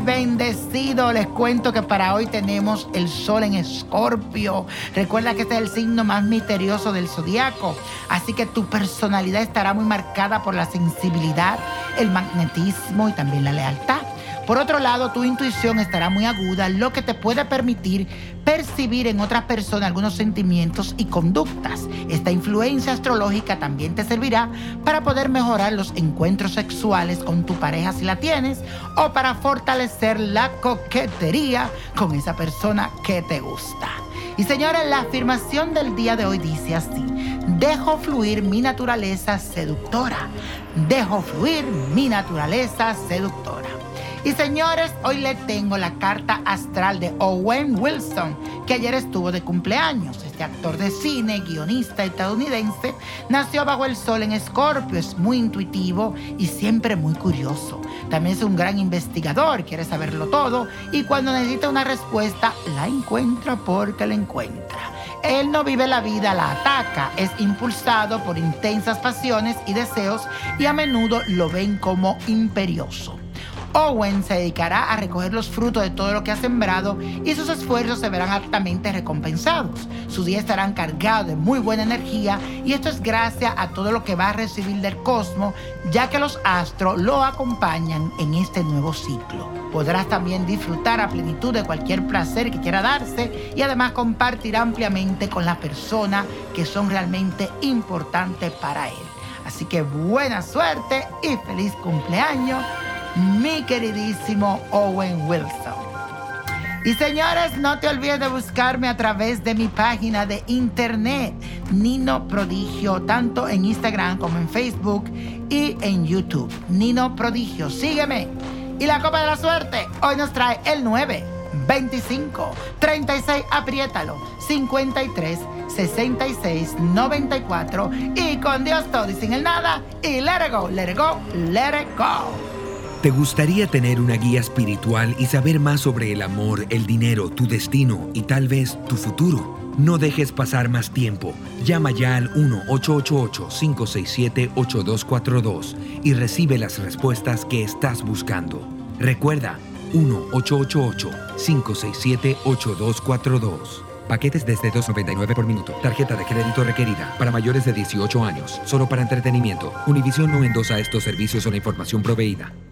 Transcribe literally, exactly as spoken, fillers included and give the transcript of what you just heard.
bendecido. Les cuento que para hoy tenemos el sol en Escorpio. Recuerda que este es el signo más misterioso del zodiaco, así que tu personalidad estará muy marcada por la sensibilidad, el magnetismo y también la lealtad. Por otro lado, tu intuición estará muy aguda, lo que te puede permitir percibir en otras personas algunos sentimientos y conductas. Esta influencia astrológica también te servirá para poder mejorar los encuentros sexuales con tu pareja si la tienes, o para fortalecer la coquetería con esa persona que te gusta. Y señores, la afirmación del día de hoy dice así: dejo fluir mi naturaleza seductora. Dejo fluir mi naturaleza seductora. Y señores, hoy le tengo la carta astral de Owen Wilson, que ayer estuvo de cumpleaños. Este actor de cine, guionista estadounidense, nació bajo el sol en Escorpio. Es muy intuitivo y siempre muy curioso. También es un gran investigador, quiere saberlo todo, y cuando necesita una respuesta, la encuentra porque la encuentra. Él no vive la vida, la ataca. Es impulsado por intensas pasiones y deseos, y a menudo lo ven como imperioso. Owen se dedicará a recoger los frutos de todo lo que ha sembrado y sus esfuerzos se verán altamente recompensados. Sus días estarán cargados de muy buena energía, y esto es gracias a todo lo que va a recibir del cosmos, ya que los astros lo acompañan en este nuevo ciclo. Podrás también disfrutar a plenitud de cualquier placer que quiera darse, y además compartir ampliamente con las personas que son realmente importantes para él. Así que buena suerte y feliz cumpleaños, mi queridísimo Owen Wilson. Y señores, no te olvides de buscarme a través de mi página de internet, Nino Prodigio, tanto en Instagram como en Facebook y en YouTube. Nino Prodigio, sígueme. Y la copa de la suerte hoy nos trae el nueve, veinticinco, treinta y seis, apriétalo, cincuenta y tres, sesenta y seis, noventa y cuatro. Y con Dios todo y sin el nada. Y let it go, let it go, let it go. ¿Te gustaría tener una guía espiritual y saber más sobre el amor, el dinero, tu destino y tal vez tu futuro? No dejes pasar más tiempo. Llama ya al uno ocho ocho ocho, cinco seis siete, ocho dos cuatro dos y recibe las respuestas que estás buscando. Recuerda, uno ocho ocho ocho, cinco seis siete, ocho dos cuatro dos. Paquetes desde dos noventa y nueve por minuto. Tarjeta de crédito requerida para mayores de dieciocho años. Solo para entretenimiento. Univision no endosa estos servicios o la información proveída.